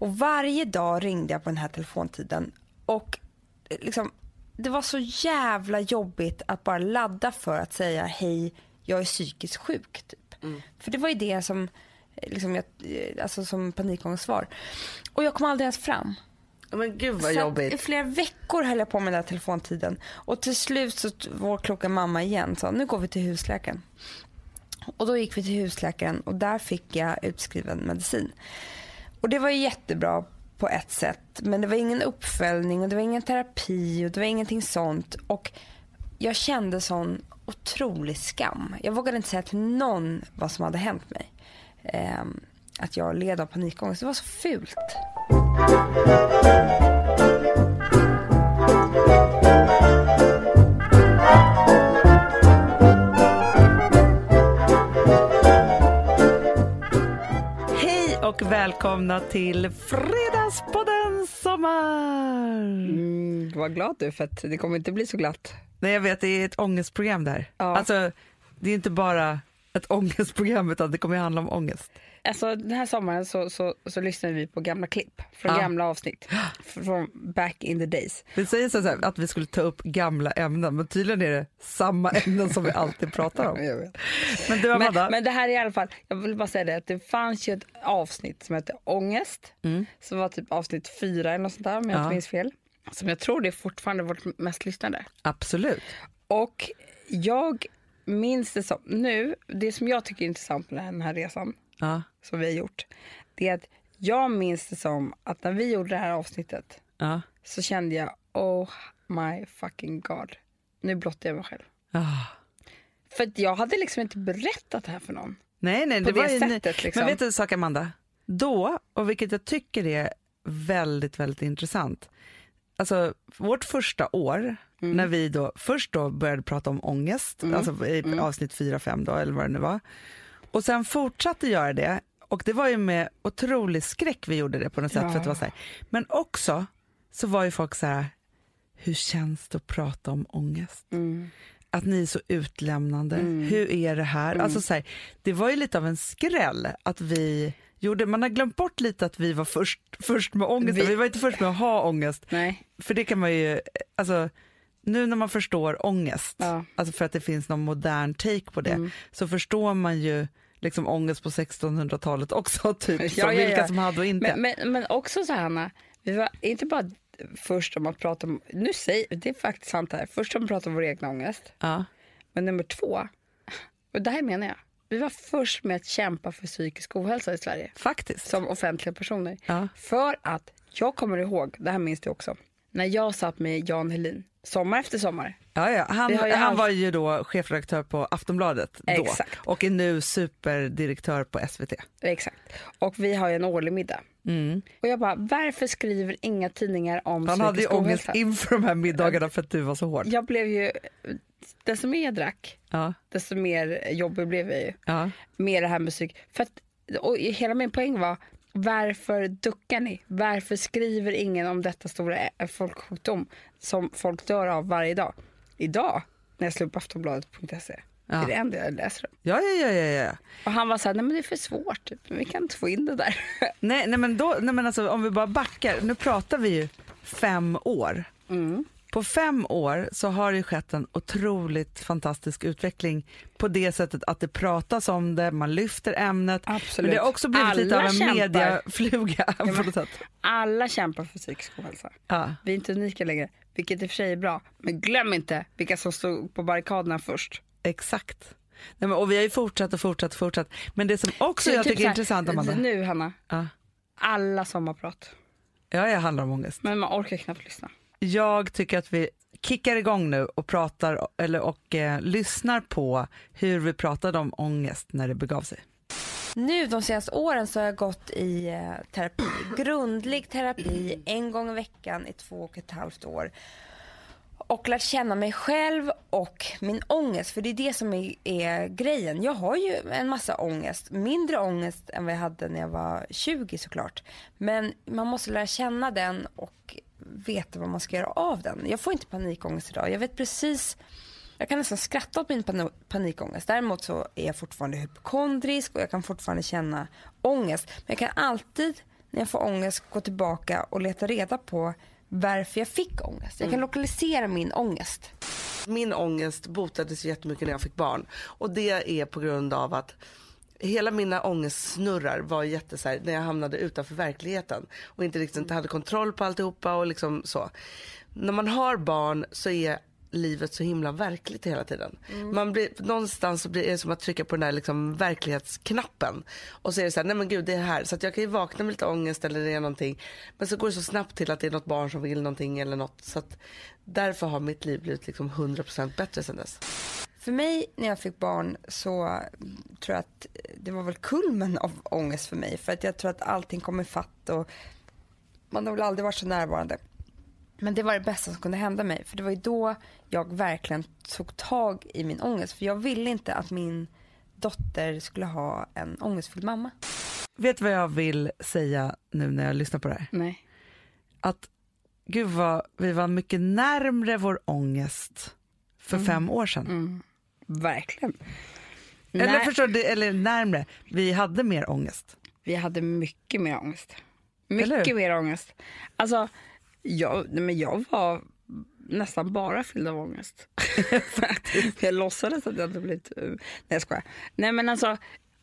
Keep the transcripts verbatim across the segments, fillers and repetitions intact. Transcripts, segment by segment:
Och varje dag ringde jag på den här telefontiden. Och liksom, det var så jävla jobbigt att bara ladda för att säga hej, jag är psykiskt sjuk typ. Mm. För det var ju det som liksom jag, alltså som panikångestsvar. Och jag kom aldrig ens fram. Men gud vad så jobbigt. I flera veckor höll jag på med den här telefontiden. Och till slut så var kloka mamma igen sa, nu går vi till husläkaren. Och då gick vi till husläkaren och där fick jag utskriven medicin. Och det var jättebra på ett sätt, men det var ingen uppföljning och det var ingen terapi och det var ingenting sånt. Och jag kände sån otrolig skam. Jag vågade inte säga till någon vad som hade hänt mig. Eh, att jag led av panikångest. Det var så fult. Hej och välkomna till Fredagspodden Sommar. Mm, vad glad du, för att det kommer inte bli så glatt. Nej, jag vet, det är ett ångestprogram där. Ja. Alltså, det är inte bara ett ångestprogram utan det kommer handla om ångest. Alltså den här sommaren så, så, så lyssnar vi på gamla klipp från Ja. gamla avsnitt från back in the days. Vi säger så här att vi skulle ta upp gamla ämnen, men tydligen är det samma ämnen som vi alltid pratar om. Jag vet. Men du, Amanda? Men, men det här är i alla fall, jag vill bara säga det, att det fanns ju ett avsnitt som heter Ångest, Mm. som var typ avsnitt fyra eller något sånt där, om jag Ja. inte minns fel. Som jag tror det är fortfarande vårt mest lyssnade. Absolut. Och jag minns det som, nu, det som jag tycker är intressant med den här resan Ja. som vi har gjort, det är att jag minns det som att när vi gjorde det här avsnittet Ja. så kände jag, oh my fucking god, nu blottar jag mig själv. Ah. För att jag hade liksom inte berättat det här för någon. Nej, nej, På det var det ju sättet, ny... liksom. Men vet du en sak, Amanda? Då, och vilket jag tycker är väldigt, väldigt intressant. Alltså, vårt första år, mm. när vi då först då började prata om ångest, Mm. alltså i Mm. avsnitt fyra fem då, eller vad det nu var. Och sen fortsatte göra det, och det var ju med otrolig skräck vi gjorde det på något sätt. Ja. För att det var så här. Men också så var ju folk så här, hur känns det att prata om ångest? Mm. Att ni är så utlämnande. Mm. Hur är det här? Mm. Alltså, så här, det var ju lite av en skräll att vi gjorde, man har glömt bort lite att vi var först, först med ångest. Vi... Vi- vi var inte först med att ha ångest. Nej. För det kan man ju, alltså nu när man förstår ångest, Ja. alltså för att det finns någon modern take på det, Mm. så förstår man ju liksom ångest på sextonhundratalet också, typ, Ja, som ja, vilka ja. som hade och inte. Men, men, men också så här, Hanna, vi var inte bara först om att prata om, nu säger, det är faktiskt sant här, först om att prata om vår egna ångest, Ja. men nummer två, och det här menar jag, vi var först med att kämpa för psykisk ohälsa i Sverige Faktiskt. som offentliga personer. Ja. För att jag kommer ihåg, det här minns du också, när jag satt med Jan Helin sommar efter sommar. Ja, ja. Han, Vi har ju han haft- var ju då chefredaktör på Aftonbladet då, Exakt. och är nu superdirektör på S V T. Exakt. Och vi har ju en årlig middag. Mm. Och jag bara, varför skriver inga tidningar om Han hade ju psykisk ångest ohälsa? inför de här middagarna för att du var så hård. Jag blev ju, desto mer jag drack, Ja, desto mer jobbig blev jag ju. ja. Med det här musik. För att, och hela min poäng var, varför duckar ni? Varför skriver ingen om detta stora ä- folksjukdom som folk dör av varje dag? Idag, när jag slår upp aftonbladet punkt se, det Ja. är det enda jag läser om. Ja, ja, ja, ja, ja. Och han var så här, nej men det är för svårt, typ. Vi kan inte få in det där. Nej, nej, men då, nej, men alltså, om vi bara backar, nu pratar vi ju fem år. Mm. På fem år så har det skett en otroligt fantastisk utveckling på det sättet att det pratas om det, man lyfter ämnet. Absolut. Men det har också blivit Alla lite av en kämpar. mediafluga på något sätt. Alla kämpar för psykisk ohälsa. Ja, Vi är inte unika längre, vilket i och för sig är bra. Men glöm inte vilka som stod på barrikaderna först. exakt. Nej, men, och vi har ju fortsatt och fortsatt och fortsatt. Men det som också jag Typ tycker så är här, intressant, Amanda. nu, Hanna, Ja, alla sommarprat. ja, jag handlar om ångest. Men man orkar knappt lyssna. Jag tycker att vi kickar igång nu och pratar eller, och eh, lyssnar på hur vi pratade om ångest när det begav sig. Nu de senaste åren så har jag gått i eh, terapi. Grundlig terapi en gång i veckan i två och ett halvt år. Och lärt känna mig själv och min ångest. För det är det som är, är grejen. Jag har ju en massa ångest. Mindre ångest än vad jag hade när jag var tjugo såklart. Men man måste lära känna den och veta vad man ska göra av den. Jag får inte panikångest idag. Jag vet precis... Jag kan nästan skratta åt min pan- panikångest. Däremot så är jag fortfarande hypokondrisk och jag kan fortfarande känna ångest. Men jag kan alltid, när jag får ångest gå tillbaka och leta reda på varför jag fick ångest. Jag kan mm. lokalisera min ångest. Min ångest botades jättemycket när jag fick barn. Och det är på grund av att hela mina ångestsnurrar var jätte så här, när jag hamnade utanför verkligheten. Och inte riktigt inte hade kontroll på alltihopa och liksom så. När man har barn så är livet så himla verkligt hela tiden. Mm. Man blir, någonstans så blir det som att trycka på den där liksom verklighetsknappen. Och så är det så här, nej men gud det är här. Så att jag kan ju vakna med lite ångest eller det är någonting. Men så går det så snabbt till att det är något barn som vill någonting eller något. Så att därför har mitt liv blivit liksom hundra procent bättre sedan dess. För mig när jag fick barn så tror jag att det var väl kulmen av ångest för mig. För att jag tror att allting kom i fatt och man har väl aldrig varit så närvarande. Men det var det bästa som kunde hända mig. För det var ju då jag verkligen tog tag i min ångest. För jag ville inte att min dotter skulle ha en ångestfull mamma. Vet du vad jag vill säga nu när jag lyssnar på det här? Nej. Att gud vad vi var mycket närmare vår ångest för mm. fem år sedan. Mm. Verkligen. Eller Nej. förstår du, eller närmare. Vi hade mer ångest. Vi hade mycket mer ångest. Mycket mer ångest. Alltså... Jag, men jag var nästan bara fylld av ångest. Jag låtsades att jag hade blivit... Nej, jag skojar. Nej, men alltså,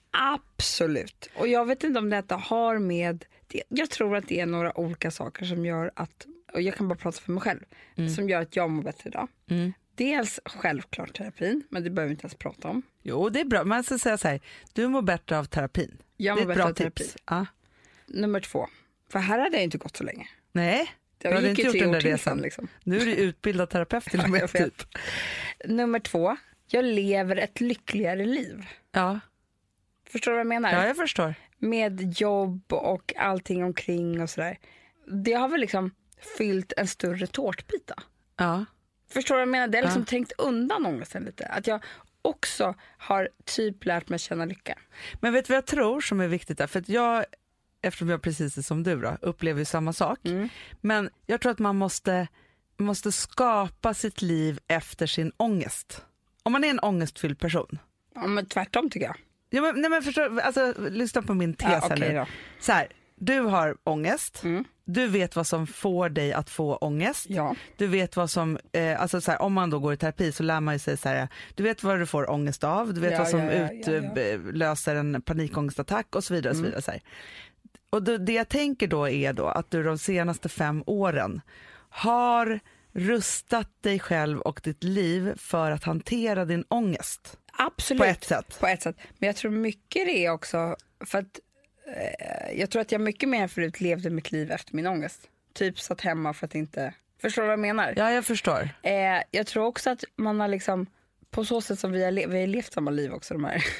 absolut. Och jag vet inte om detta har med... Jag tror att det är några olika saker som gör att... Och jag kan bara prata för mig själv. Mm. Som gör att jag mår bättre idag. Mm. Dels självklart terapin, men det behöver vi inte ens prata om. Jo, det är bra. Man ska säga så här, du mår bättre av terapin. Jag mår bättre av terapin. Ja. Nummer två. För här hade jag inte gått så länge. Nej. Jag hade inte gjort den där resan. Liksom. Nu är du utbildad terapeut till och med. Typ. Nummer två. Jag lever ett lyckligare liv. Ja. Förstår du vad jag menar? Ja, jag förstår. Med jobb och allting omkring och sådär. Det har väl liksom fyllt en större tårtbita. Ja. Förstår du vad jag menar? Det har liksom ja. trängt undan ångesten lite. Att jag också har typ lärt mig känna lycka. Men vet du vad jag tror som är viktigt där? För att jag... Eftersom jag precis är som du då, upplever ju samma sak. Mm. Men jag tror att man måste, måste skapa sitt liv efter sin ångest. Om man är en ångestfylld person. Ja, men tvärtom tycker jag. Ja, men, nej, men förstår, alltså, lyssna på min tes ja, här okay nu. Då. Så här, du har ångest. Mm. Du vet vad som får dig att få ångest. Ja. Du vet vad som, eh, alltså så här, om man då går i terapi så lär man ju sig så här, du vet vad du får ångest av. Du vet ja, vad som ja, ja, utlöser ja, ja. en panikångestattack och så vidare. Och så vidare så här. Och det, det jag tänker då är då att du de senaste fem åren har rustat dig själv och ditt liv för att hantera din ångest. Absolut. På ett sätt. På ett sätt. Men jag tror mycket det är också för att eh, jag tror att jag mycket mer förut levde mitt liv efter min ångest. Typ satt hemma för att inte... Förstår du vad jag menar? Ja, jag förstår. Eh, jag tror också att man har liksom... På så sätt som vi har, le- vi har levt samma liv också de här.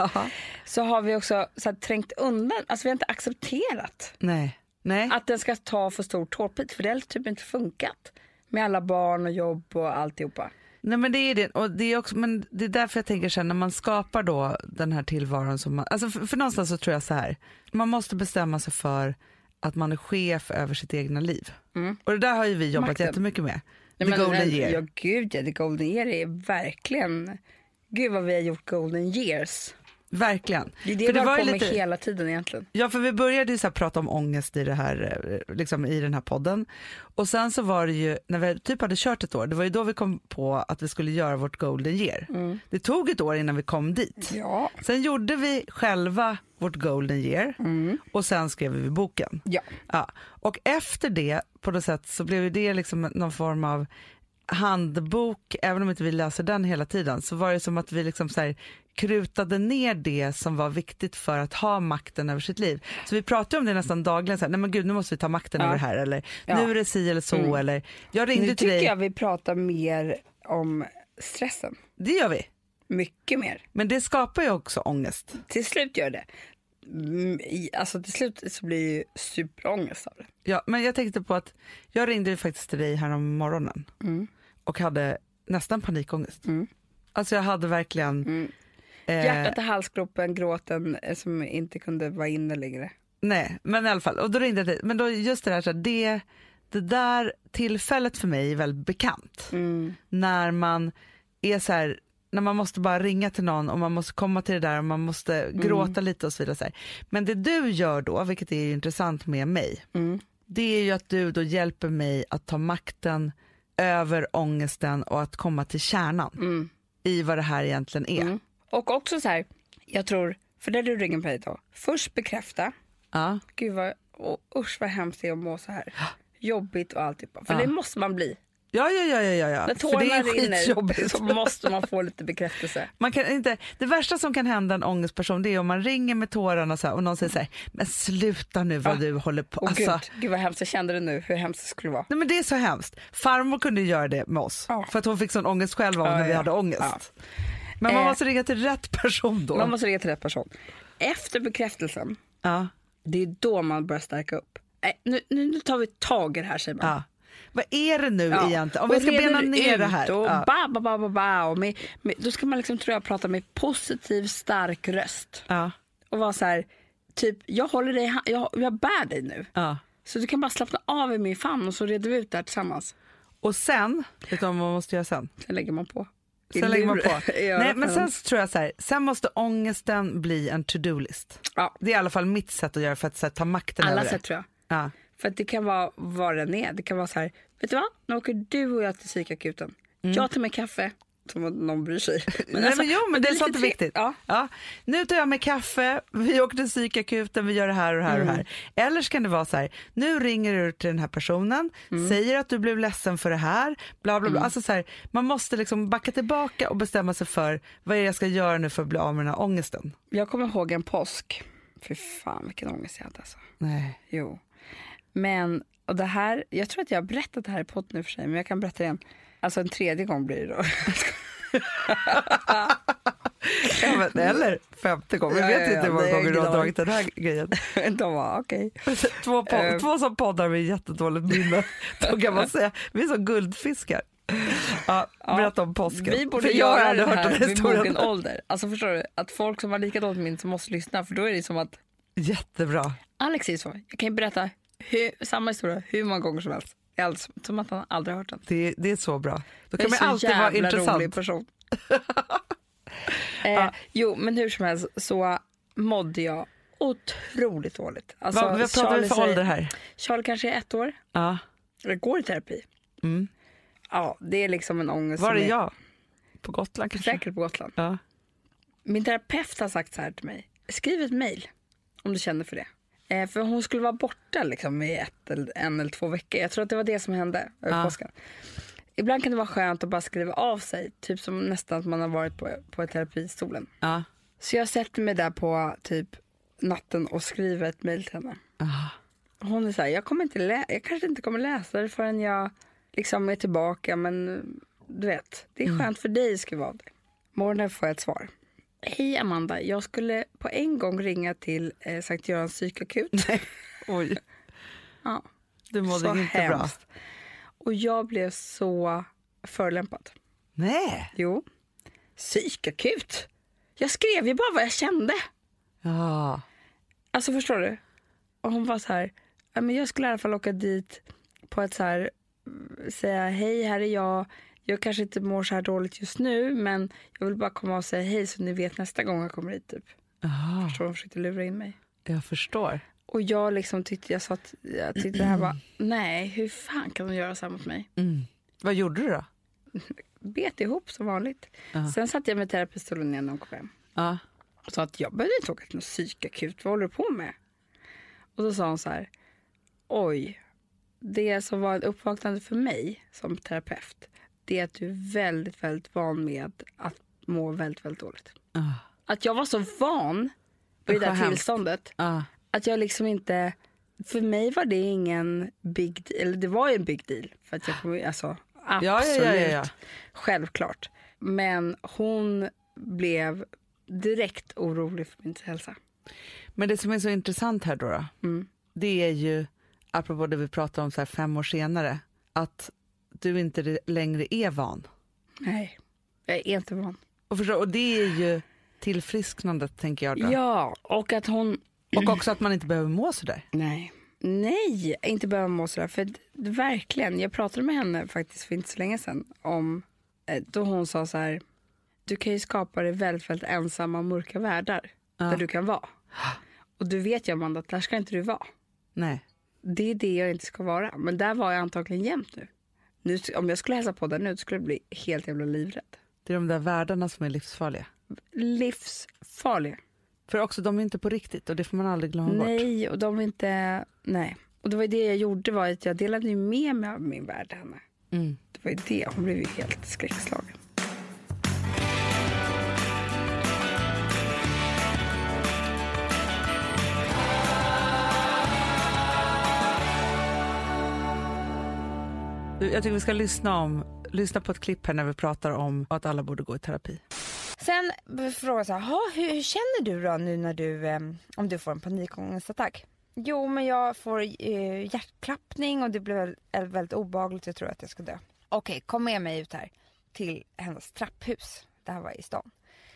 Så har vi också så här, trängt undan. Alltså vi har inte accepterat. Nej. Nej. Att den ska ta för stor tårtbit. För det har typ inte funkat. Med alla barn och jobb och alltihopa. Nej, men det är det. Och det är också, men det är därför jag tänker så här, när man skapar då den här tillvaron som man, alltså för, för någonstans så tror jag så här. Man måste bestämma sig för att man är chef över sitt egna liv. Mm. Och det där har ju vi jobbat Makten. jättemycket med. The Nej, men, golden year. Ja, gud, ja, the golden year är verkligen... Gud vad vi har gjort golden years. Verkligen. Det är det vi har på med lite... hela tiden egentligen. Ja, för vi började ju så här prata om ångest i, det här, liksom i den här podden. Och sen så var det ju, när vi typ hade kört ett år, det var ju då vi kom på att vi skulle göra vårt golden year. Mm. Det tog ett år innan vi kom dit. Ja. Sen gjorde vi själva vårt golden year mm. och sen skrev vi boken. Ja. Ja. Och efter det, på något sätt, så blev det liksom någon form av handbok, även om inte vi läser den hela tiden, så var det som att vi liksom så här krutade ner det som var viktigt för att ha makten över sitt liv. Så vi pratade om det nästan dagligen, så här, nej men gud, nu måste vi ta makten ja. över det här, eller ja. nu är det si eller så, mm. eller jag ringde nu till dig. Nu tycker jag vi pratar mer om stressen. Det gör vi. Mycket mer. Men det skapar ju också ångest. Till slut gör det. Alltså till slut så blir det ju superångest av det. Ja, men jag tänkte på att jag ringde faktiskt till dig här om morgonen mm. och hade nästan panikångest. Mm. Alltså jag hade verkligen... Mm. Eh, Hjärtat i halsgropen, gråten som inte kunde vara inne längre. Nej, men i alla fall. Och då ringde jag till, men då just det där, så det, det där tillfället för mig är väldigt bekant. Mm. När man är så här... när man måste bara ringa till någon och man måste komma till det där och man måste mm. gråta lite och så vidare. Så här. Men det du gör då, vilket är intressant med mig, mm. det är ju att du då hjälper mig att ta makten över ångesten och att komma till kärnan mm. i vad det här egentligen är. Mm. Och också så här, jag tror, för det du ringer på dig då, först bekräfta, ja. Gud vad, oh, usch vad hemskt det är att må så här, jobbigt och allt, för ja. Det måste man bli. Ja, ja, ja, ja, ja. När tårarna rinner så måste man få lite bekräftelse. Man kan inte, det värsta som kan hända en ångestperson, det är om man ringer med tårarna så här, och någon säger så här, men sluta nu vad ja. Du håller på. Oh, alltså, Gud, Gud vad hemskt, jag kände det nu, hur hemskt det skulle vara. Nej men det är så hemskt. Farmor kunde göra det med oss, ja. För att hon fick sån ångest själv av ja, när vi ja. Hade ångest. Ja. Men man eh, måste ringa till rätt person då. Man måste ringa till rätt person. Efter bekräftelsen, ja. Det är då man börjar stärka upp. Eh, nu, nu tar vi tag i det här, säger man. Ja. Vad är det nu ja. Egentligen? Om vi ska bena ner det här. Och ja. ba, ba, ba, ba, ba, och med, med, då ska man liksom, tror jag, prata med positiv, stark röst. Ja. Och vara så här, typ, jag håller dig, jag, jag bär dig nu. Ja. Så du kan bara slappna av i min famn och så reder vi ut det här tillsammans. Och sen, vet du vad man måste göra sen? Sen lägger man på. Sen lägger man på. ja, Nej, men sen tror jag så här, sen måste ångesten bli en to-do-list. Ja. Det är i alla fall mitt sätt att göra för att så här, ta makten Alla över det. Alla sätt tror jag. Ja. För att det kan vara vad den är. Det kan vara så här, vet du vad? Nu åker du och jag till psykakuten. Mm. Jag tar med kaffe, som att någon bryr sig. Men, Nej, alltså, men, jo, men det är sånt viktigt. Ja. Ja. Nu tar jag med kaffe, vi åker till psykakuten, vi gör det här och det här mm. och här. Eller så kan det vara så här, nu ringer du till den här personen, mm. säger att du blev ledsen för det här, bla bla bla. Mm. Alltså så här, man måste liksom backa tillbaka och bestämma sig för vad är det jag ska göra nu för att bli av med den här ångesten. Jag kommer ihåg en påsk. Fy fan vilken ångest jag hade alltså. Nej. Jo. Men, och det här, jag tror att jag har berättat det här i podden nu för sig, men jag kan berätta det igen. Alltså en tredje gång blir det då. ja, men, eller femte gång. Vi vet ja, ja, ja, inte hur många gånger du har dragit den här grejen. De var okej. Okay. två, uh, två som poddar med jättedåligt minne. Då kan man säga, vi är som guldfiskar. Ja, berätta om påsken. Vi borde göra det här vid mogen ålder. Alltså förstår du, att folk som har lika dåligt minne som måste lyssna, för då är det som att... Jättebra. Alex är så. Jag kan ju berätta hur, samma historia hur många gånger som helst. Alltså, som att han aldrig har hört den. Det, det är så bra. Då kan man alltid vara intressant. Rolig person. eh, ja. Jo, men hur som helst så mådde jag otroligt dåligt. Alltså, vad vad pratar vi för ålder här? Charlie kanske är ett år. Ja. Jag går i terapi. Mm. Ja, det är liksom en ångest. Var är är... jag? På Gotland kanske? Säkert på Gotland. Ja. Min terapeut har sagt så här till mig. Skriv ett mejl om du känner för det. Eh, för hon skulle vara borta liksom i ett eller, en eller två veckor. Jag tror att det var det som hände över ja. Påsken. Ibland kan det vara skönt att bara skriva av sig. Typ som nästan att man har varit på, på terapistolen. Ja. Så jag sätter mig där på typ natten och skriver ett mejl till henne. Ja. Hon är så här, jag, kommer inte lä- jag kanske inte kommer läsa det förrän jag liksom är tillbaka. Men du vet, det är skönt mm. för dig att skriva av det. Morgonen får jag ett svar. Hej Amanda, jag skulle på en gång ringa till eh, Sankt Görans psykakut. Nej. Oj. Ja. Du mådde så inte hemskt. bra. Och jag blev så förlämpad. Nej. Jo. Psykakut. Jag skrev ju bara vad jag kände. Ja. Alltså förstår du? Och hon var så här, ja, men jag skulle i alla fall åka dit på ett så här, säga hej, här är jag. Jag kanske inte mår så här dåligt just nu, men jag vill bara komma och säga hej så ni vet nästa gång jag kommer hit typ. Aha. Förstår, hon försökte lura in mig. Jag förstår. Och jag liksom tyckte, jag sa att jag tyckte det här var, nej, hur fan kan de göra så här mot mig? Mm. Vad gjorde du då? Bet ihop som vanligt. Uh-huh. Sen satt jag med terapistolen igen när hon kom hem. Uh-huh. Och sa att jag behövde inte åka till någon psykakut, vad håller du på med? Och så sa hon så här, oj, det som var ett uppvaknande för mig som terapeut, det är att du är väldigt, väldigt van med att må väldigt, väldigt dåligt. Uh. Att jag var så van på det där hemskt. tillståndet Uh. att jag liksom inte, för mig var det ingen big deal, eller det var ju en big deal för att jag kom, alltså absolut, ja, ja, ja, ja. självklart. Men hon blev direkt orolig för min hälsa. Men det som är så intressant här då, då mm. det är ju, apropå det vi pratar om så här fem år senare, att du inte längre är van. Nej, jag är inte van. Och, förstå, och det är ju tillfrisknandet, tänker jag då. Ja, och att hon... Och också att man inte behöver må så där. Nej, nej, inte behöver må så där. För det, verkligen, jag pratade med henne faktiskt för inte så länge sedan om, då hon sa så här, du kan ju skapa dig väldigt, väldigt ensamma och mörka världar. Ja. Där du kan vara. Och du vet ju, Amanda, att där ska inte du vara. Nej. Det är det jag inte ska vara. Men där var jag antagligen jämt nu. nu om jag skulle hälsa på där nu skulle jag bli helt jävla livrädd. Det är de där världarna som är livsfarliga. Livsfarliga. För också de är inte på riktigt och det får man aldrig glömma bort. Nej, och de är inte... Nej. Och det var det jag gjorde, var att jag delade ju med mig av min värld henne. Mm. Det var ju det. Hon blev ju helt skräckslagen. Jag tycker vi ska lyssna, om, lyssna på ett klipp här när vi pratar om att alla borde gå i terapi. Sen frågar jag så här, hur, hur känner du då nu när du, eh, om du får en panikångestattack? Jo, men jag får eh, hjärtklappning och det blir väldigt, väldigt obehagligt. Jag tror att jag ska dö. Okej, kom med mig ut här till hennes trapphus. Det här var i stan.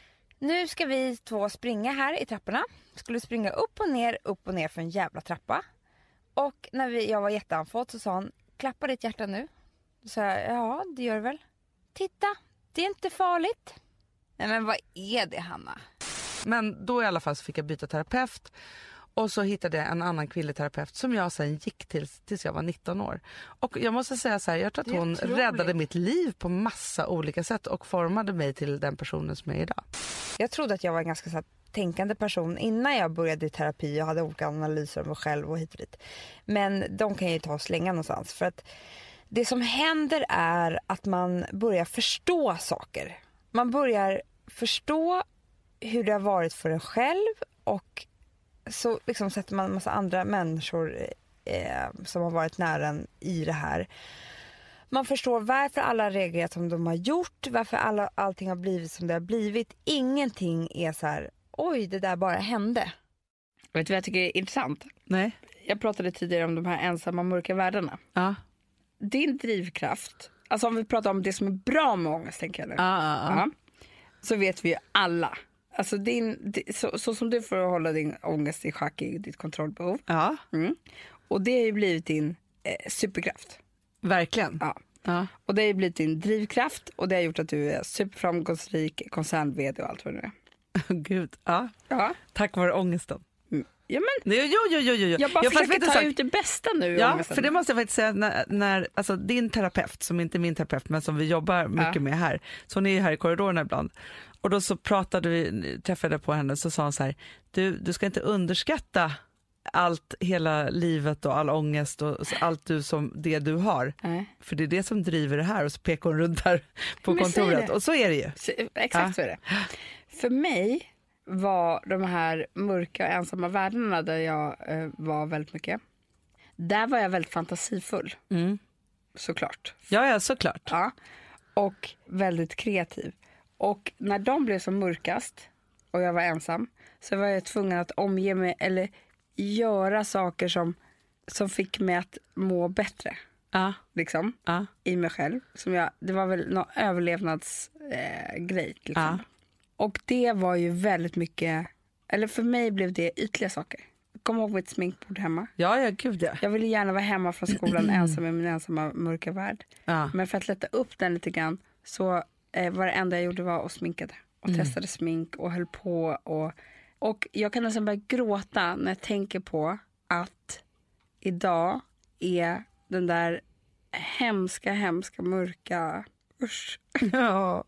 Nu ska vi två springa här i trapporna. Skulle springa upp och ner, upp och ner för en jävla trappa. Och när vi, jag var jätteanfådd så sa hon, klappa ditt hjärta nu. Så sa jag, ja det gör det väl. Titta, det är inte farligt. Nej men vad är det, Hanna? Men då i alla fall så fick jag byta terapeut. Och så hittade jag en annan kvinnlig terapeut som jag sen gick till tills jag var nitton år. Och jag måste säga så här, jag tror att hon otroligt. räddade mitt liv på massa olika sätt och formade mig till den personen som jag är idag. Jag trodde att jag var en ganska så här, tänkande person innan jag började i terapi. Jag hade olika analyser om mig själv och hit och dit. Men de kan jag ju ta och slänga någonstans. För att det som händer är att man börjar förstå saker. Man börjar förstå hur det har varit för en själv och så liksom sätter man en massa andra människor eh, som har varit nära en i det här. Man förstår varför alla reagerat som de har gjort, varför alla, allting har blivit som det har blivit. Ingenting är så här, oj det där bara hände. Vet du vad jag tycker är intressant? Nej. Jag pratade tidigare om de här ensamma mörka världarna. Ja. Din drivkraft, alltså om vi pratar om det som är bra med ångest, tänker jag nu. Ja, ja, ja. Så vet vi ju alla. Alltså din, så, så som du får hålla din ångest i schack i ditt kontrollbehov. Ja. Mm. Och det har ju blivit din eh, superkraft. Verkligen. Ja. Ja. Och det har ju blivit din drivkraft och det har gjort att du är superframgångsrik koncern-vd och allt vad det är. Gud, ja. Ja. Tack vare ångesten. Mm. Ja, men Jo, jo, jo, jo. jag bara jag försöker ta sagt, ut det bästa nu. Ja, ångesten. för det måste jag faktiskt säga, när, när alltså, din terapeut, som inte är min terapeut men som vi jobbar mycket ja. med här, så hon är ju här i korridorerna ibland. Och då så pratade vi, träffade på henne, så sa hon så här, du, du ska inte underskatta allt, hela livet och all ångest och allt du som det du har. Nej. För det är det som driver det här. Och så pekar hon runt där på Men kontoret. Och så är det ju. Så, exakt ja. Så är det. För mig var de här mörka och ensamma världarna där jag eh, var väldigt mycket. Där var jag väldigt fantasifull. Mm. Såklart. Ja, ja, såklart. Ja. Och väldigt kreativ. Och när de blev som mörkast och jag var ensam, så var jag tvungen att omge mig eller göra saker som, som fick mig att må bättre. Ja. Liksom. Ja. I mig själv. Som jag, det var väl någon överlevnadsgrej. Eh, grej, liksom. Ja. Och det var ju väldigt mycket, eller för mig blev det ytliga saker. Kom ihåg mitt sminkbord hemma. Ja, ja, gud ja. Jag ville gärna vara hemma från skolan ensam i min ensamma mörka värld. Ja. Men för att lätta upp den lite grann så eh, var det enda jag gjorde var att sminkade. Och Mm. testade smink och höll på. Och, och jag kan nästan börja gråta när jag tänker på att idag är den där hemska, hemska, mörka... Usch. Ja.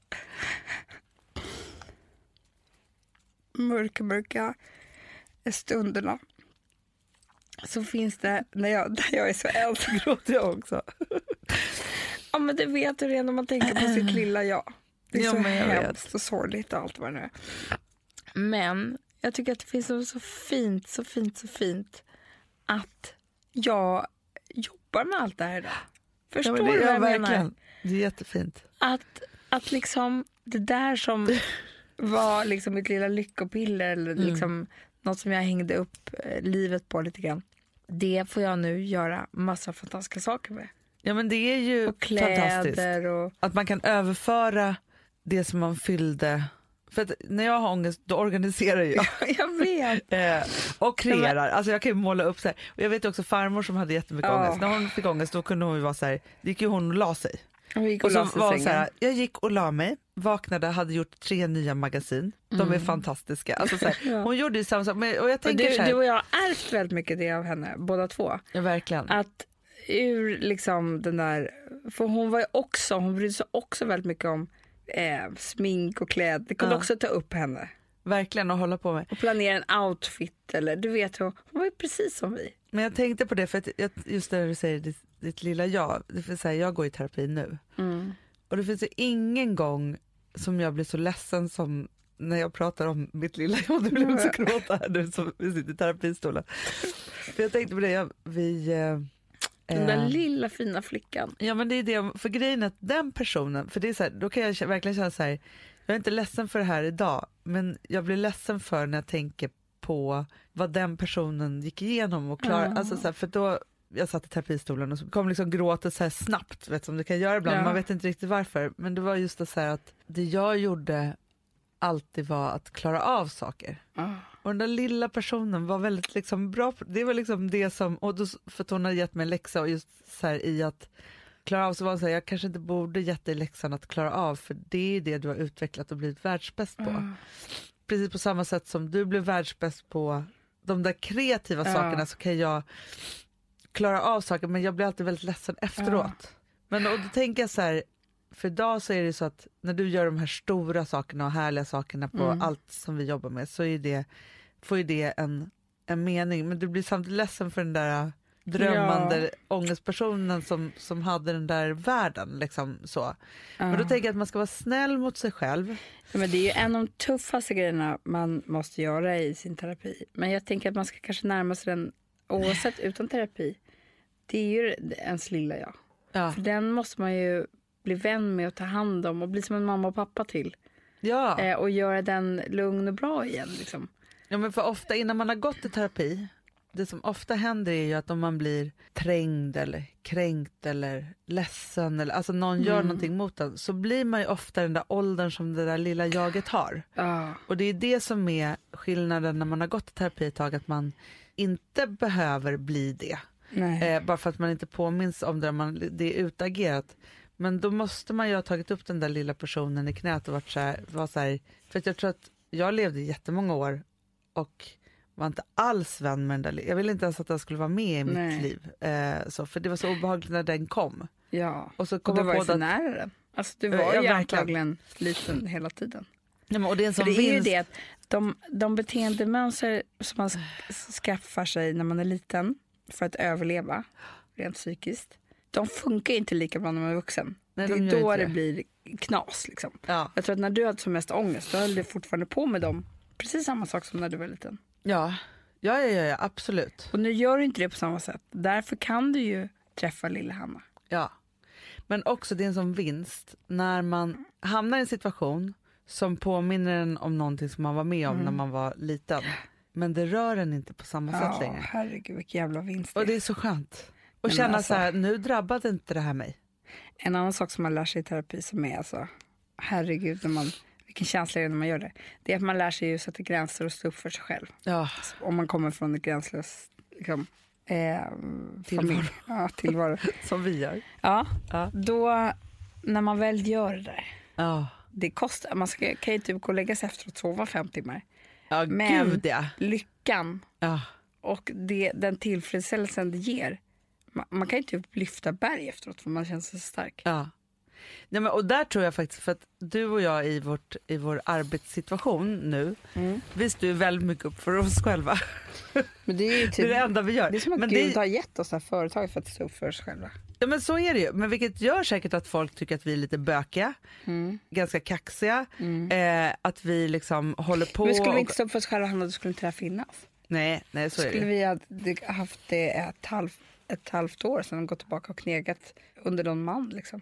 Mörka, mörka stunderna. Så finns det när jag, när jag är så ensam. Gråter jag också. Ja, men det vet du redan när man tänker på sitt lilla jag. Det är Ja, så men jag hemskt vet. och sorgligt och allt vad det är. Men jag tycker att det finns så, så fint, så fint, så fint att jag jobbar med allt det här idag. Förstår Ja, men det, du ja, vad jag verkligen. menar? Det är jättefint. Att, att liksom det där som var liksom mitt lilla lyckopiller eller Mm. liksom något som jag hängde upp eh, livet på lite grann. Det får jag nu göra massa fantastiska saker med. Ja, men det är ju Och fantastiskt. kläder och... Att man kan överföra det som man fyllde. För att när jag har ångest, då organiserar jag. Jag vet. Eh, och kreerar. Alltså jag kan ju måla upp så här. Och jag vet också farmor som hade jättemycket Ja. ångest. När hon fick ångest då kunde hon ju vara så här. Det gick ju hon och la sig. Och, gick och, och så la sig i var sängen. så här, jag gick och la mig, vaknade, hade gjort tre nya magasin. De är Mm. fantastiska. Alltså, så här, Ja. hon gjorde ju samma sak. Men, och jag Och tänker du, så här, du och jag har ärvt väldigt mycket det av henne, båda två. ja, verkligen. Att ur liksom den där, för hon var ju också, hon brydde sig också väldigt mycket om eh, smink och kläder. Det kunde Ja. också ta upp henne. Verkligen att hålla på med. Och planera en outfit eller du vet, hon, hon var ju precis som vi. Men jag tänkte på det för att jag, just det du säger, ditt, ditt lilla jag. Det vill säga, jag går i terapi nu. Mm. Och det finns ju ingen gång som jag blir så ledsen som när jag pratar om mitt lilla jag. Du blir också gråta här nu som vi sitter i terapistolen. För jag tänkte på det, jag, vi... Eh, Den där eh, lilla fina flickan. Ja men det är det, för grejen är att den personen, för det är så här, då kan jag verkligen känna så här, jag är inte ledsen för det här idag, men jag blir ledsen för när jag tänker på vad den personen gick igenom och klarade, Mm. alltså så här, för då, jag satt i terapistolen och så kom liksom gråtet så här snabbt, vet som det kan göra ibland, Ja. man vet inte riktigt varför, men det var just det så här att det jag gjorde alltid var att klara av saker. Ah. Och den där lilla personen var väldigt liksom bra på, det var liksom det som, och då, för att hon hade gett mig en läxa och just så här i att klara av, så var det så här, jag kanske inte borde gett dig läxan att klara av, för det är det du har utvecklat och blivit världsbäst på. Mm. Precis på samma sätt som du blev världsbäst på de där kreativa Ja. sakerna, så kan jag klara av saker, men jag blir alltid väldigt ledsen efteråt. Men och då tänker jag så här, för idag så är det så att när du gör de här stora sakerna och härliga sakerna på Mm. allt som vi jobbar med, så är det, får ju det en, en mening, men du blir samtidigt ledsen för den där drömmande Ja. ångestpersonen som, som hade den där världen liksom så. Men då Ah. tänker jag att man ska vara snäll mot sig själv. Ja, men det är ju en av de tuffaste grejerna man måste göra i sin terapi. Men jag tänker att man ska kanske närma sig den oavsett utan terapi. Det är ju ens lilla jag. Ja. För den måste man ju bli vän med och ta hand om och bli som en mamma och pappa till. Ja. Eh, och göra den lugn och bra igen liksom. Ja, men för ofta innan man har gått i terapi, det som ofta händer är ju att om man blir trängd eller kränkt eller ledsen, eller alltså någon gör Mm. någonting mot en, så blir man ju ofta den där åldern som det där lilla jaget har. Ja. Och det är det som är skillnaden när man har gått i terapi ett tag, att man inte behöver bli det. Nej. Eh, bara för att man inte påminns om det, man, det är utagerat. Men då måste man ju ha tagit upp den där lilla personen i knät och varit så här, var så här, för att jag tror att jag levde jättemånga år och var inte alls vän med den där, jag ville inte ens att den skulle vara med i mitt Nej. liv. Eh, så, för det var så obehagligt när den kom. Ja. Och så Och kom du jag var ju på så att, nära den. Alltså du Ja, var ju verkligen. antagligen liten hela tiden. nej, men, och det är en För sån det är ju vinst. det att de, de beteendemönster som man sk- skaffar sig när man är liten för att överleva rent psykiskt, de funkar inte lika bra när man är vuxen. Nej, det de är gör då inte det det. blir knas liksom. Ja. Jag tror att när du hade som mest ångest, då höll du fortfarande på med dem. Precis samma sak som när du var liten. Ja. Ja, ja, ja, ja, absolut. Och nu gör du inte det på samma sätt. Därför kan du ju träffa lilla Hanna. Ja. Men också det är en sån vinst när man hamnar i en situation som påminner en om någonting som man var med om Mm. när man var liten. Men det rör en inte på samma sätt Ja, längre. herregud vilken jävla vinst det Och det är. är så skönt. Och Men känna alltså- så här, nu drabbade inte det här mig. En annan sak som man lär sig i terapi som är alltså, herregud, när man, vilken känsla är det när man gör det? Det är att man lär sig ju sätta gränser och stå upp för sig själv. Ja, Om man kommer från ett gränslöst liksom, eh, Tillvaro. familj. Ja, tillvaro. som vi gör. Ja, Ja. då när man väl gör det där, Ja, det kostar, man ska, kan ju typ gå och lägga sig efter och sova fem timmar. ja Men- gud ja. Lyckan Ja. och det, den tillfredsställelsen det ger. Man, man kan ju typ lyfta berg efteråt för man känner sig så stark. Ja. Nej, men, och där tror jag faktiskt, för att du och jag i, vårt, i vår arbetssituation nu, Mm. vi står ju väldigt mycket upp för oss själva. Men det är ju typ, Det är det enda vi gör. det är som att men Gud det, har gett oss det här företaget för att stå upp för oss själva. ja, men så är det ju. Men vilket gör säkert att folk tycker att vi är lite bökiga, Mm. ganska kaxiga, Mm. eh, att vi liksom håller på. Men skulle vi och, inte stå upp för oss själva, Hanna, då skulle inte det här finnas. nej, nej, så är Skulle det. vi ha det- haft det ett, halv, ett halvt år sedan och gått tillbaka och knegat under någon man liksom.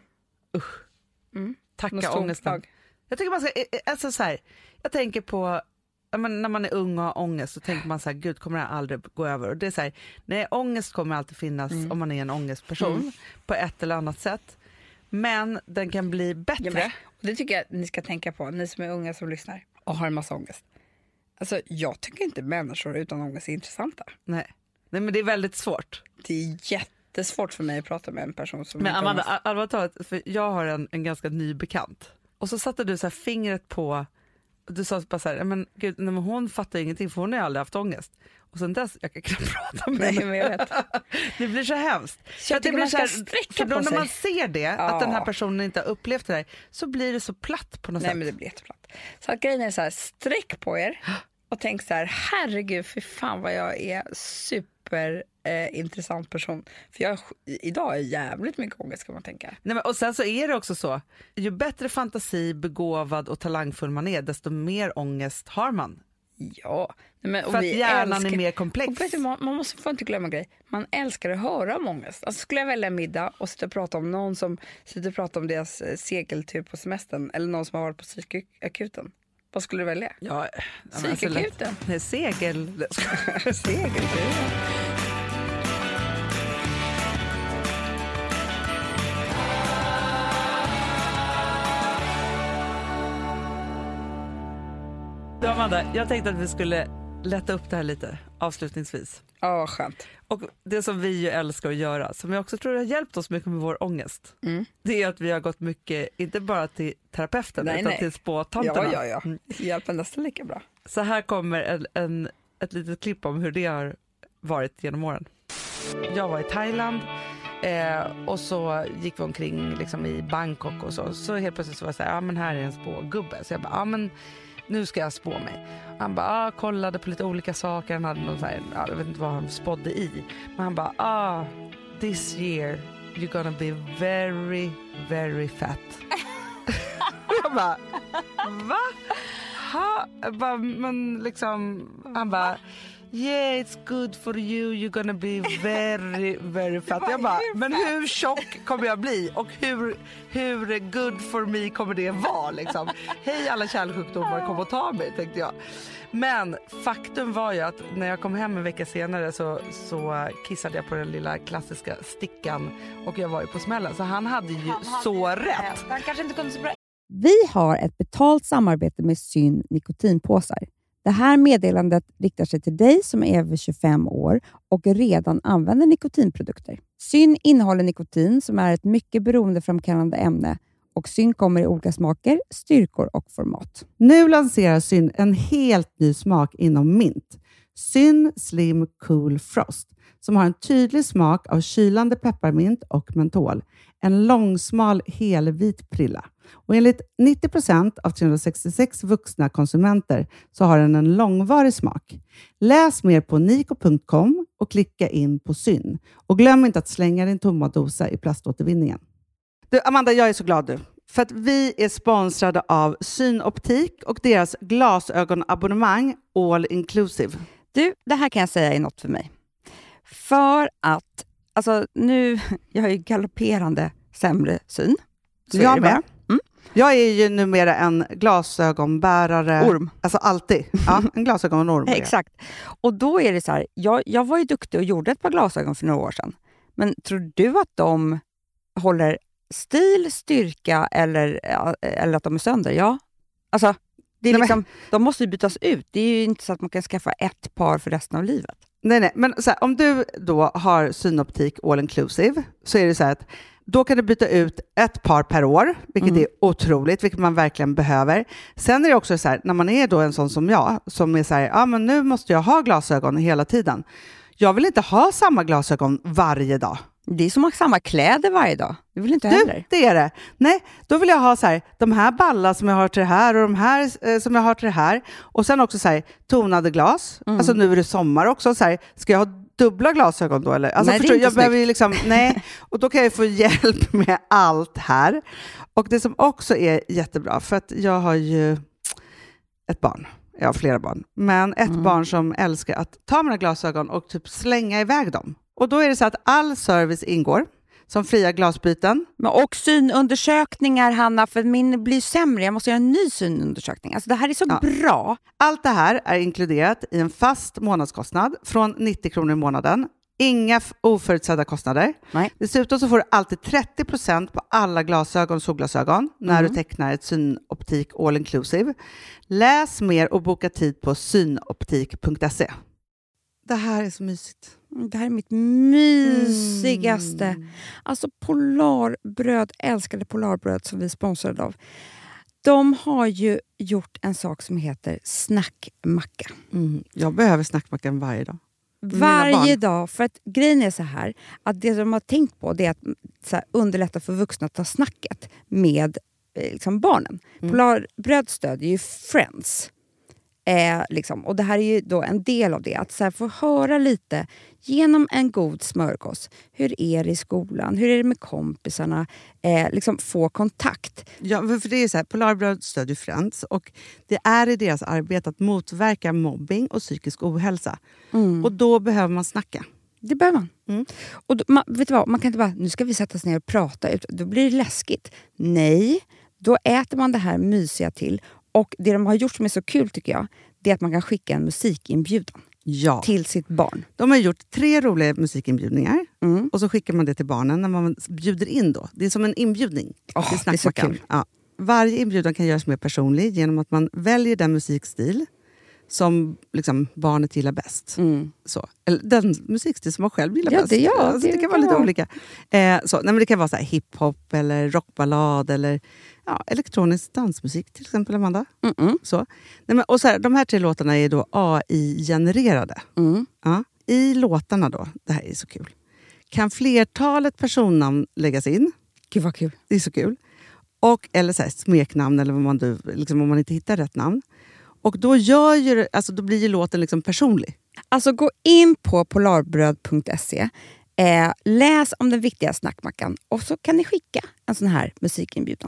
Mm. Någon Tacka stor ångesten. dag. Jag tycker man ska, eh, eh, alltså så här, jag tänker på, ja, men när man är ung och har ångest så tänker man så här, gud kommer det här aldrig gå över? Och det är så här, nej, ångest kommer alltid finnas Mm. om man är en ångestperson Mm. på ett eller annat sätt. Men den kan bli bättre. Ja, men, och det tycker jag ni ska tänka på, ni som är unga som lyssnar och har en massa ångest. Alltså jag tycker inte människor utan ångest är intressanta. Nej. nej, men det är väldigt svårt. Det är jättesvårt för mig att prata med en person som... Men Amanda, allvarligt talat, för jag har en, en ganska ny bekant. Och så satte du så här fingret på... Du sa bara så här, men gud, nej, men hon fattar ingenting för hon har aldrig haft ångest. Och sen dess, jag kan knappt prata med Nej, men jag vet. Det blir så hemskt. Så jag det tycker blir man ska så här, sträcka för då på när sig. man ser det, Ja. att den här personen inte har upplevt det där, så blir det så platt på något Nej, sätt. men det blir jätteplatt. Så att grejen är så här, sträck på er och tänk så här, herregud, för fan vad jag är super eh, intressant person. För jag idag är jävligt mycket ångest, kan man tänka. Nej, men, och sen så är det också så, ju bättre fantasi, begåvad och talangfull man är, desto mer ångest har man. Ja. Nej, men, och för att vi hjärnan älskar... är mer komplex. Och vet du, man, man måste få inte glömma en grej. Man älskar att höra om ångest. Alltså, skulle jag välja middag och sitta och prata om någon som sitter och pratar om deras eh, segeltur på semestern, eller någon som har varit på psykakuten, vad skulle du välja? Ja, Psykakuten. Det är segel. Segeltur. Amanda, jag tänkte att vi skulle lätta upp det här lite avslutningsvis. Ja, skönt. Och det som vi ju älskar att göra, som jag också tror har hjälpt oss mycket med vår ångest, Mm. det är att vi har gått mycket, inte bara till terapeuten, Nej, utan nej. till spåtanterna. Ja, ja, ja. Mm. Hjälper nästan lika bra. Så här kommer en, en, ett litet klipp om hur det har varit genom åren. Jag var i Thailand eh, och så gick vi omkring liksom, i Bangkok och så. Så helt plötsligt så var jag så här, ja men här är en spågubbe. Så jag bara, ja men nu ska jag spå mig. Han bara, ah, kollade på lite olika saker. Han hade någon så här, ja, jag vet inte vad han spådde i. Men han bara, ah, this year you're gonna be very, very fat. Jag bara, va? Ha? Jag bara, men liksom, han bara, yeah it's good for you, you're gonna be very, very fat. Jag bara, men hur tjock kommer jag bli? Och hur, hur good for me kommer det vara liksom? Hej alla kärlsjukdomar, kom och ta mig, tänkte jag. Men faktum var ju att när jag kom hem en vecka senare så, så kissade jag på den lilla klassiska stickan och jag var ju på smällen. Så han hade ju han så hade rätt. Han kanske inte kunde så bra. Vi har ett betalt samarbete med Syn nikotinpåsar. Det här meddelandet riktar sig till dig som är över tjugofem år och redan använder nikotinprodukter. Syn innehåller nikotin som är ett mycket beroendeframkallande ämne och Syn kommer i olika smaker, styrkor och format. Nu lanserar Syn en helt ny smak inom mint. Syn Slim Cool Frost som har en tydlig smak av kylande pepparmint och mentol. En långsmal helvit prilla. Och enligt nittio procent av trehundrasextiosex vuxna konsumenter så har den en långvarig smak. Läs mer på niko punkt com och klicka in på Syn. Och glöm inte att slänga din tomma dosa i plaståtervinningen. Du, Amanda, jag är så glad du. För att vi är sponsrade av Synoptik och deras glasögonabonnemang All Inclusive. Du, det här kan jag säga är något för mig. För att, alltså nu, jag har ju galopperande sämre syn. Så jag är det med. bara. Mm. Jag är ju numera en glasögonbärare. Orm. Alltså alltid. Ja, en glasögonorm. Exakt. Och då är det så här, jag, jag var ju duktig och gjorde ett par glasögon för några år sedan. Men tror du att de håller stil, styrka eller, eller att de är sönder? Ja. Alltså, det är nej, liksom, men... de måste ju bytas ut. Det är ju inte så att man kan skaffa ett par för resten av livet. Nej, nej. Men så här, om du då har Synoptik All Inclusive så är det så här att då kan du byta ut ett par per år, vilket mm. är otroligt, vilket man verkligen behöver. Sen är det också så här, när man är då en sån som jag, som är så här, ja men nu måste jag ha glasögon hela tiden. Jag vill inte ha samma glasögon varje dag. Det är som att ha samma kläder varje dag. Det vill inte heller. Du, det är det. Nej, då vill jag ha så här, de här ballar som jag har till det här och de här eh, som jag har till det här. Och sen också så här, tonade glas. Mm. Alltså nu är det sommar också. Så här, ska jag ha dubbla glasögon då? Eller? Alltså, nej, förstår, det är inte jag behöver ju liksom, nej. Och då kan jag få hjälp med allt här. Och det som också är jättebra, för att jag har ju ett barn. Jag har flera barn. Men ett mm. barn som älskar att ta mina glasögon och typ slänga iväg dem. Och då är det så att all service ingår. Som fria glasbyten. Men och synundersökningar, Hanna, för min blir sämre. Jag måste göra en ny synundersökning. Alltså det här är så ja. bra. Allt det här är inkluderat i en fast månadskostnad från nittio kronor i månaden. Inga oförutsedda kostnader. Nej. Dessutom så får du alltid trettio procent på alla glasögon och solglasögon när mm. du tecknar ett Synoptik All Inclusive. Läs mer och boka tid på synoptik punkt se. det här är så mysigt. Det här är mitt mysigaste. Mm. Alltså Polarbröd, älskade Polarbröd som vi sponsrade av. De har ju gjort en sak som heter snackmacka. Mm. Jag behöver snackmackan varje dag. Varje dag. För att grejen är så här. Att det de har tänkt på det är att så här, underlätta för vuxna att ta snacket med eh, liksom barnen. Mm. Polarbröd stödjer ju Friends. Eh, liksom. Och det här är ju då en del av det. Att så här, få höra lite genom en god smörgås. Hur är det i skolan? Hur är det med kompisarna? Eh, liksom få kontakt. Ja, för det är så här, Polarbröd stödjer Friends. Och det är i deras arbete att motverka mobbing och psykisk ohälsa. Mm. Och då behöver man snacka. Det behöver man. Mm. Och då, man, vet du vad? Man kan inte bara, nu ska vi sätta oss ner och prata. Då blir det läskigt. Nej, då äter man det här mysiga till. Och det de har gjort som är så kul tycker jag, det är att man kan skicka en musikinbjudan ja. till sitt barn. De har gjort tre roliga musikinbjudningar mm. och så skickar man det till barnen när man bjuder in då. Det är som en inbjudning oh, till det är så kul. Ja. Varje inbjudan kan göras mer personlig genom att man väljer den musikstil som liksom barnet gillar bäst. Mm. Så. Eller den musikstil som man själv gillar ja, bäst. Det, ja, alltså, det, det kan vara lite olika. Eh, så. Nej, men det kan vara så här hiphop eller rockballad eller ja, elektronisk dansmusik till exempel, Amanda. Mm-mm. Så. Nej, men, och så här, de här tre låtarna är då A I-genererade. Mm. Ja. I låtarna då, det här är så kul, kan flertalet personnamn läggas in. Gud vad kul. Det är så kul. Och, eller så här, smeknamn eller vad man, du, liksom, om man inte hittar rätt namn. Och då, gör ju, alltså, då blir ju låten liksom personlig. Alltså gå in på polarbröd punkt se, eh, läs om den viktiga snackmackan och så kan ni skicka en sån här musikinbjudan.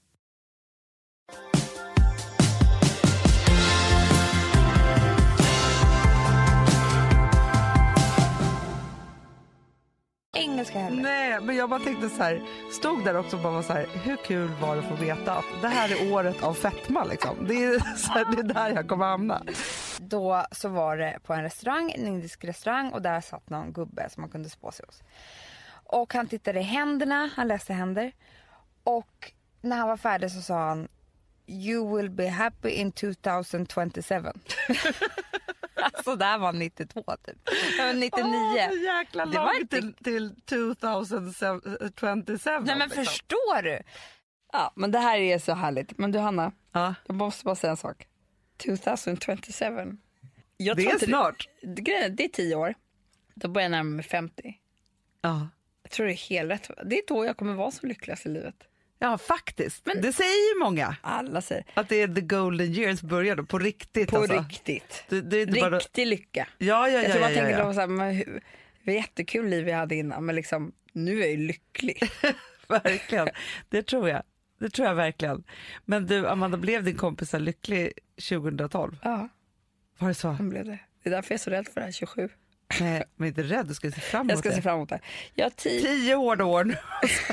Engelska heller. Nej, men jag bara tänkte så här, stod där också och bara var så här, hur kul var det att få veta att det här är året av fetma liksom. Det är, så här, det är där jag kommer hamna. Då så var det på en restaurang, en indisk restaurang, och där satt någon gubbe som man kunde spå sig hos. Och han tittade i händerna, han läste händer. Och när han var färdig så sa han, you will be happy in tjugo tjugosju. Alltså det här var nittiotvå typ. Det var nittionio. Åh, jäkla det var inte till, till tjugo tjugosju. Nej men liksom. förstår du? Ja, men det här är så härligt. Men du Hanna, ja. jag måste bara säga en sak. tjugo tjugosju. Jag det är inte snart. Det, det är tio år. Då börjar jag närma mig femtio. Ja. Jag tror det är helt rätt. Det är då jag kommer vara så lyckligast i livet. Ja, faktiskt. Men det säger ju många. Alla säger. Att det är the golden years börjar då, på riktigt. På alltså. riktigt. Det, det är inte Riktig bara... lycka. Ja, ja, ja. Jag tror ja, man ja, tänker ja. då så här, men hur, det var jättekul liv vi hade innan, men liksom, nu är jag ju lycklig. Verkligen. Det tror jag. Det tror jag verkligen. Men du, Amanda, blev din kompis lycklig tjugotolv? Ja. Var det så? Han blev det. Det är därför jag är så rädd för det här tjugosju. Nej, men inte rädd. Du ska se fram emot Jag ska det. se fram emot det. Jag har tio. Tio hårda år nu.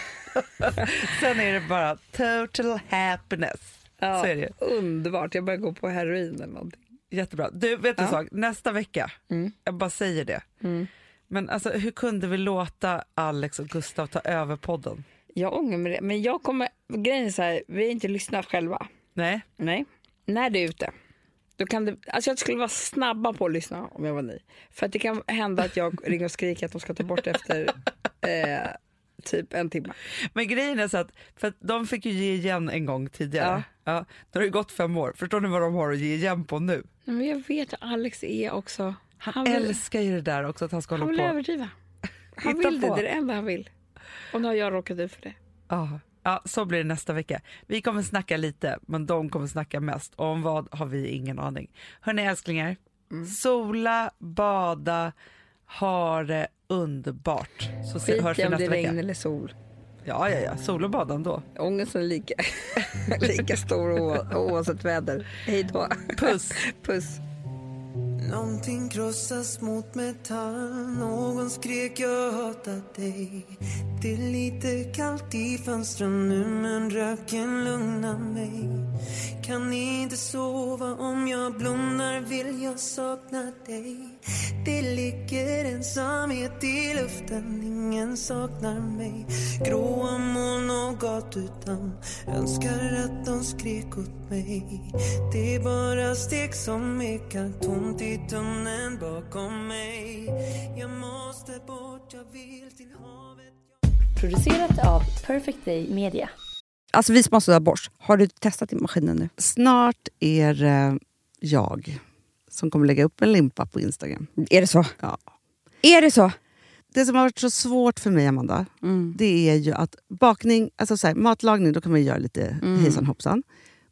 Sen är det bara total happiness. Ja, Så är det. underbart. Jag börjar gå på heroin eller någonting. Jättebra. Du, vet du Ja. sak? Nästa vecka, Mm. jag bara säger det. Mm. Men alltså, hur kunde vi låta Alex och Gustav ta över podden? Jag ångrar mig det. Men jag kommer, grejen är så här, vi har inte lyssnat själva. Nej. Nej. När det är ute. Då kan det, alltså jag skulle vara snabba på att lyssna om jag var ny. För att det kan hända att jag ringer och skriker att de ska ta bort efter eh, typ en timme. Men grejen är så att, för att de fick ju ge igen en gång tidigare. Ja. Ja, då har det gått fem år. Förstår ni vad de har att ge igen på nu? Men jag vet att Alex är också... Han, Han vill- älskar ju det där också, att han ska Han hålla vill på. överdriva. Han Hitta vill det, på. det är det enda han vill. Och nu har jag råkat ut för det. Ja. Ja, så blir det nästa vecka. Vi kommer snacka lite, men de kommer snacka mest. Och om vad har vi ingen aning. Hörrni älsklingar, Mm. sola, bada, ha det underbart. Så se, hörs Skit i vi om det nästa är vecka. regn eller sol. Ja, ja, ja. Sol och bada ändå. Ångesten är lika, lika stor o- oavsett väder. Hej då. Puss. Puss. Någonting krossas mot metall. Någon skrek jag hatar dig. Det är lite kallt i fönstren nu, men röken lugnar mig. Kan inte sova om jag blundar, vill jag sakna dig. Det ligger ensamhet i luften i ingen saknar mig. Gråa moln och gatudamm, önskar att de skrek åt mig. Det är bara steg som ekar tomt i tunneln bakom mig. Jag måste bort, jag vill till havet. Producerat av Perfect Day Media. Alltså vi sponsrar av Bosch. Har du testat i maskinen nu? Snart är eh, jag som kommer lägga upp en limpa på Instagram. Är det så? Ja. Är det så? Det som har varit så svårt för mig, Amanda, Mm. det är ju att bakning, alltså så här, matlagning, då kan man ju göra lite Mm. hejsan hoppsan.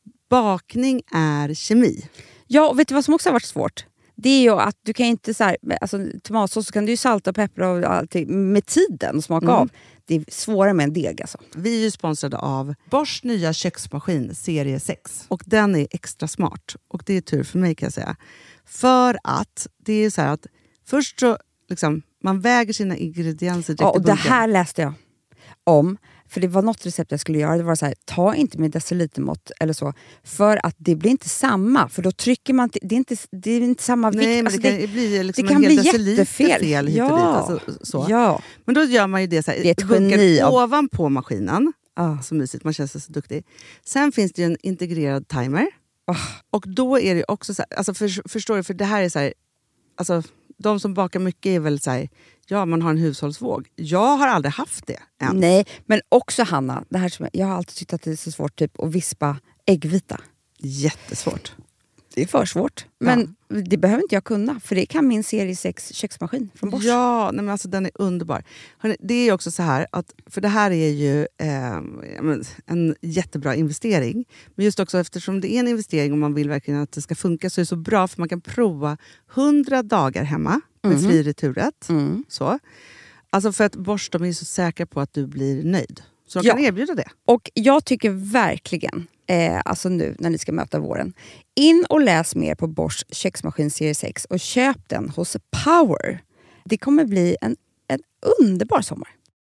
Bakning är kemi. Ja, och vet du vad som också har varit svårt? Det är ju att du kan inte så här, alltså tomatsås så kan du ju salta och peppra och allting med tiden och smaka Mm. av. Det är svårare med en deg alltså. Vi är ju sponsrade av Bosch nya köksmaskin serie sex. Och den är extra smart. Och det är tur för mig kan jag säga. För att det är så här att först så liksom, man väger sina ingredienser direkt Ja, och i det bunken. här läste jag om. För det var något recept jag skulle göra. Det var så här, ta inte med decilitermått eller så. För att det blir inte samma. För då trycker man... Till, det, är inte, det är inte samma vikt. Nej, men Alltså, det kan det, bli liksom det kan en hel bli deciliter jättefel. fel hit och Ja. dit. Alltså, så. Ja. Men då gör man ju det så här, Det är ett bunkar geni av- ovanpå maskinen. Ah. Så mysigt, man känns så duktig. Sen finns det ju en integrerad timer. Ah. Och då är det också så här, alltså för, förstår du, för det här är så här, alltså de som bakar mycket är väl så här, ja man har en hushållsvåg. Jag har aldrig haft det än. Nej, men också Hanna. Det här som jag, jag har alltid tyckt att det är så svårt typ, att vispa äggvita. Jättesvårt. Det är för svårt. Men det behöver inte jag kunna. För det kan min serie sex köksmaskin från Bosch. Ja, nej men alltså den är underbar. Hörrni, det är ju också så här, att, för det här är ju eh, ja, men, en jättebra investering. Men just också eftersom det är en investering och man vill verkligen att det ska funka så är det så bra för man kan prova hundra dagar hemma med Mhm. fri returrätt. Mm. Så. Alltså för att Bosch, de är så säkra på att du blir nöjd. Så de Ja. kan erbjuda det. Och jag tycker verkligen, eh, alltså nu när ni ska möta våren, in och läs mer på Bosch köksmaskin serie sex och köp den hos Power. Det kommer bli en, en underbar sommar.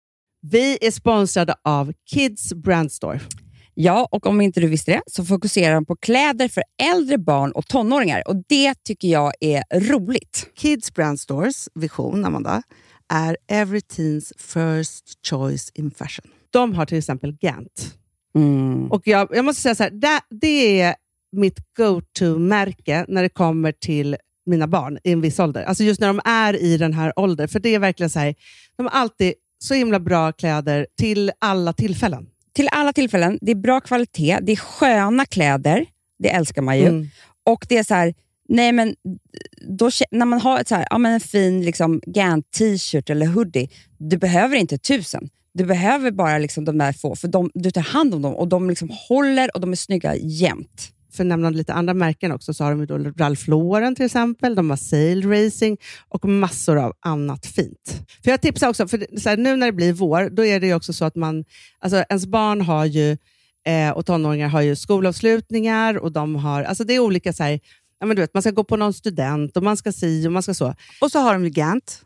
Vi är sponsrade av Kids Brand Store. Ja, och om inte du visste det så fokuserar de på kläder för äldre barn och tonåringar. Och det tycker jag är roligt. Kids Brand Stores vision, Amanda, är every teens first choice in fashion. De har till exempel Gant. Mm. Och jag, jag måste säga så här, det, det är mitt go-to-märke när det kommer till mina barn i en viss ålder. Alltså just när de är i den här åldern. För det är verkligen så här, de har alltid så himla bra kläder till alla tillfällen. Till alla tillfällen, det är bra kvalitet, det är sköna kläder, det älskar man ju. Mm. Och det är så här, nej men då, när man har ett så här, ja, men en fin liksom, Gant t-shirt eller hoodie, du behöver inte tusen. Du behöver bara liksom, de där få, för de, du tar hand om dem och de liksom håller och de är snygga jämt. För att nämna lite andra märken också så har de ju då Ralph Lauren till exempel, de har Sail Racing och massor av annat fint. För jag tipsar också, för så här, nu när det blir vår, då är det ju också så att man, alltså ens barn har ju, eh, och tonåringar har ju skolavslutningar och de har, alltså det är olika så här, ja men du vet, man ska gå på någon student och man ska si och man ska så. Och så har de ju Gant,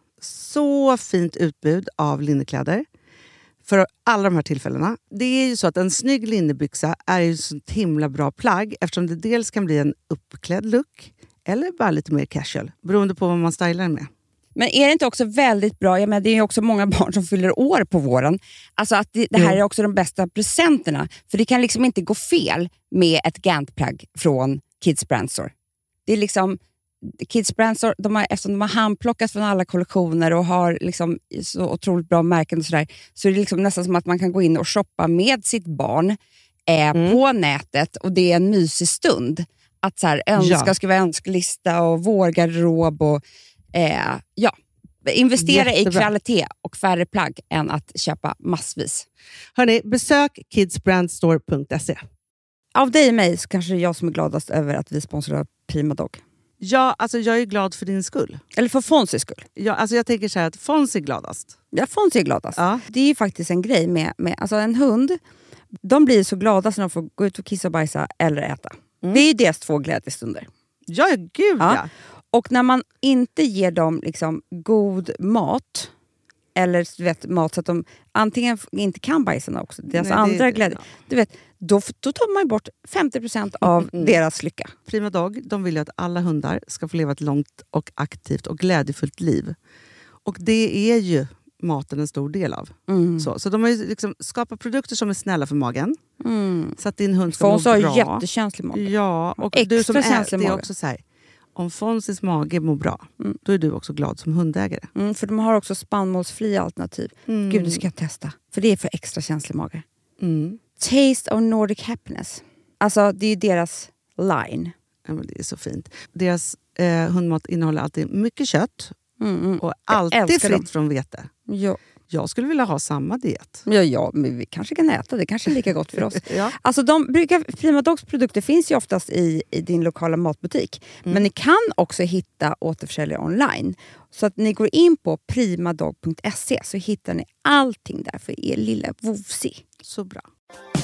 så fint utbud av linnekläder. För alla de här tillfällena. Det är ju så att en snygg linnebyxa är ju så ett himla bra plagg eftersom det dels kan bli en uppklädd look eller bara lite mer casual, beroende på vad man stylar med. Men är det inte också väldigt bra, jag menar, det är ju också många barn som fyller år på våren, alltså att det, det här Mm. är också de bästa presenterna, för det kan liksom inte gå fel med ett Gant-plagg från Kids Brand Store. Det är liksom Kids Brand Store, de har, eftersom de har handplockat från alla kollektioner och har liksom så otroligt bra märken och sådär, så är det liksom nästan som att man kan gå in och shoppa med sitt barn eh, Mm. på nätet och det är en mysig stund att så här, önska, Ja. skriva önskelista och vårgarderob och eh, ja, investera Jättebra. i kvalitet och färre plagg än att köpa massvis. Hörrni, besök kids brand store punkt se. Av dig och mig så kanske det är jag som är gladast över att vi sponsrar Prima Dog. Ja, alltså jag är glad för din skull. Eller för Fonzys skull. Ja, alltså jag tänker så här att Fons är gladast. Ja, Fonzie är gladast. Ja. Det är ju faktiskt en grej med, med alltså en hund. De blir så glada när de får gå ut och kissa och bajsa eller äta. Mm. Det är ju deras två glädjestunder. Ja, gud Ja. ja. Och när man inte ger dem liksom god mat, eller du vet, mat så att de antingen inte kan bajsa också, deras Nej, det- andra det- glädje, ja. du vet, då, då tar man ju bort femtio procent av Mm. deras lycka. Prima Dog, de vill ju att alla hundar ska få leva ett långt och aktivt och glädjefullt liv. Och det är ju maten en stor del av. Mm. Så, så de har ju liksom skapat produkter som är snälla för magen. Mm. Så att din hund ska Fons må har bra. jättekänslig mage. Ja, och Extra du som äter, känslig det är mage. också så här. Om Fonsis mage mår bra, mm. då är du också glad som hundägare. Mm, för de har också spannmålsfria alternativ. Mm. Gud, det ska jag testa. För det är för extra känslig mage. Mm. Taste of Nordic Happiness. Alltså, det är ju deras line. Ja, men det är så fint. Deras eh, hundmat innehåller alltid mycket kött. Mm, mm. Och alltid fritt dem. från vete. Ja. Jag skulle vilja ha samma diet. Ja, ja, men vi kanske kan äta. Det kanske är lika gott för oss. Ja. Alltså, de brukar, Prima Dogs produkter finns ju oftast i, i din lokala matbutik. Mm. Men ni kan också hitta återförsäljare online. Så att ni går in på primadog punkt se så hittar ni allting där för er lilla vovsi. Så bra.